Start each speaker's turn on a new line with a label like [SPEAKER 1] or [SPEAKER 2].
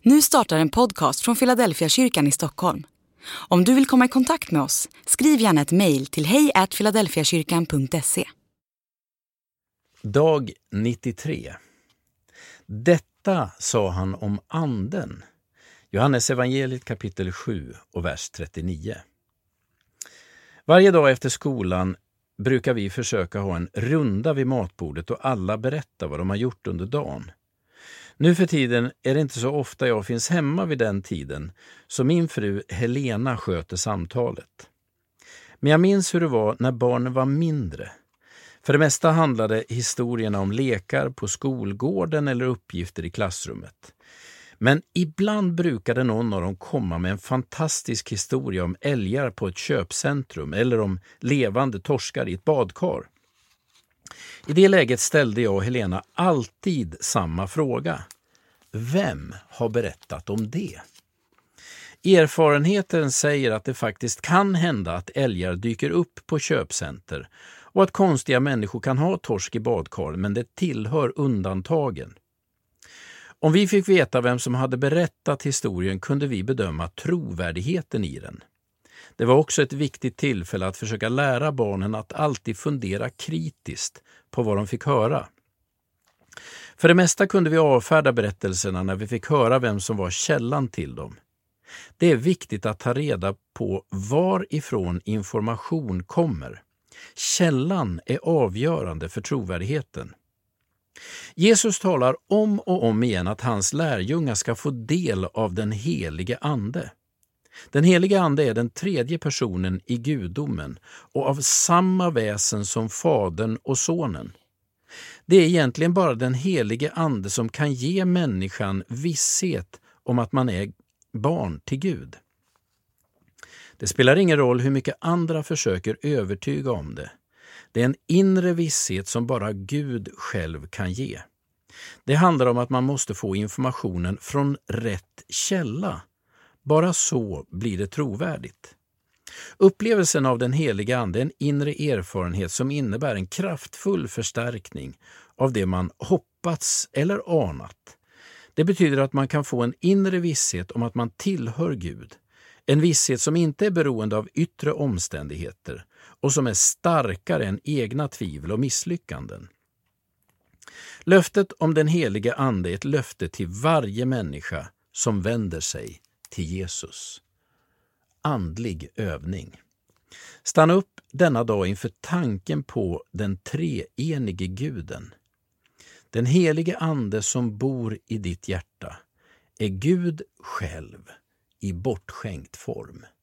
[SPEAKER 1] Nu startar en podcast från Philadelphia kyrkan i Stockholm. Om du vill komma i kontakt med oss, skriv gärna ett mejl till hej@philadelphiakyrkan.se.
[SPEAKER 2] Dag 93. Detta sa han om anden. Johannes evangeliet kapitel 7 och vers 39. Varje dag efter skolan brukar vi försöka ha en runda vid matbordet och alla berättar vad de har gjort under dagen. Nu för tiden är det inte så ofta jag finns hemma vid den tiden, så min fru Helena sköter samtalet. Men jag minns hur det var när barnen var mindre. För det mesta handlade historierna om lekar på skolgården eller uppgifter i klassrummet. Men ibland brukade någon av dem komma med en fantastisk historia om älgar på ett köpcentrum eller om levande torskar i ett badkar. I det läget ställde jag och Helena alltid samma fråga. Vem har berättat om det? Erfarenheten säger att det faktiskt kan hända att älgar dyker upp på köpcenter och att konstiga människor kan ha torsk i badkar, men det tillhör undantagen. Om vi fick veta vem som hade berättat historien kunde vi bedöma trovärdigheten i den. Det var också ett viktigt tillfälle att försöka lära barnen att alltid fundera kritiskt på vad de fick höra. För det mesta kunde vi avfärda berättelserna när vi fick höra vem som var källan till dem. Det är viktigt att ta reda på varifrån information kommer. Källan är avgörande för trovärdigheten. Jesus talar om och om igen att hans lärjungar ska få del av den helige ande. Den helige ande är den tredje personen i gudomen och av samma väsen som Fadern och Sonen. Det är egentligen bara den helige ande som kan ge människan visshet om att man är barn till Gud. Det spelar ingen roll hur mycket andra försöker övertyga om det. Det är en inre visshet som bara Gud själv kan ge. Det handlar om att man måste få informationen från rätt källa. Bara så blir det trovärdigt. Upplevelsen av den heliga ande är en inre erfarenhet som innebär en kraftfull förstärkning av det man hoppats eller anat. Det betyder att man kan få en inre visshet om att man tillhör Gud. En visshet som inte är beroende av yttre omständigheter och som är starkare än egna tvivel och misslyckanden. Löftet om den heliga ande är ett löfte till varje människa som vänder sig till Jesus. Andlig övning. Stanna upp denna dag inför tanken på den treenige Guden. Den helige ande som bor i ditt hjärta är Gud själv i bortskänkt form.